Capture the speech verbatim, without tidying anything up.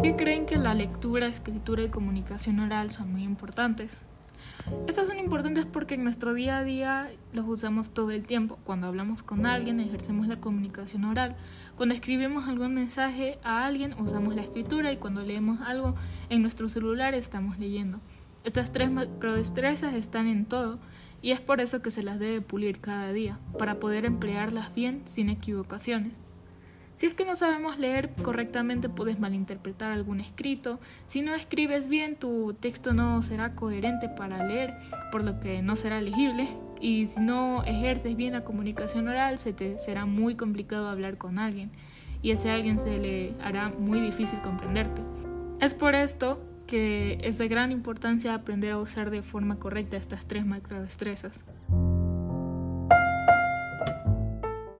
¿Qué creen que la lectura, escritura y comunicación oral son muy importantes? Estas son importantes porque en nuestro día a día los usamos todo el tiempo. Cuando hablamos con alguien, ejercemos la comunicación oral. Cuando escribimos algún mensaje a alguien, usamos la escritura, y cuando leemos algo en nuestro celular, estamos leyendo. Estas tres macrodestrezas están en todo, y es por eso que se las debe pulir cada día, para poder emplearlas bien sin equivocaciones. Si es que no sabemos leer correctamente, puedes malinterpretar algún escrito. Si no escribes bien, tu texto no será coherente para leer, por lo que no será legible. Y si no ejerces bien la comunicación oral, se te será muy complicado hablar con alguien, y a ese alguien se le hará muy difícil comprenderte. Es por esto que es de gran importancia aprender a usar de forma correcta estas tres macrodestrezas.